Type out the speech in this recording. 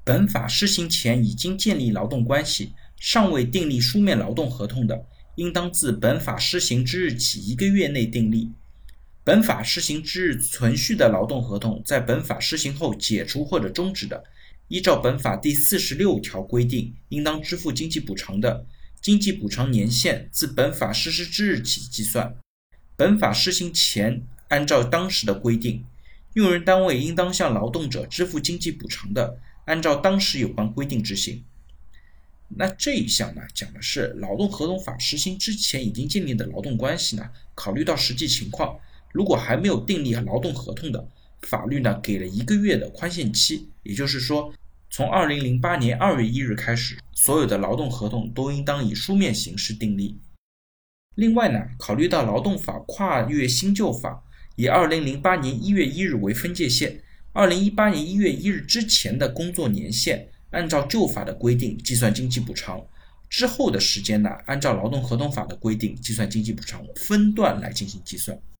本法施行前已经建立劳动关系，尚未订立书面劳动合同的，应当自本法施行之日起1个月内订立。本法施行之日存续的劳动合同，在本法施行后解除或者终止的，依照本法第46条规定，应当支付经济补偿的，经济补偿年限自本法实施之日起计算。本法施行前，按照当时的规定，用人单位应当向劳动者支付经济补偿的，按照当时有关规定执行。那这一项呢，讲的是劳动合同法实行之前已经建立的劳动关系呢，考虑到实际情况，如果还没有订立劳动合同的，法律呢给了1个月的宽限期，也就是说，从2008年2月1日开始，所有的劳动合同都应当以书面形式订立。另外呢，考虑到劳动法跨越新旧法，以2008年1月1日为分界线，2018年1月1日之前的工作年限，按照旧法的规定计算经济补偿，之后的时间呢，按照劳动合同法的规定计算经济补偿，分段来进行计算。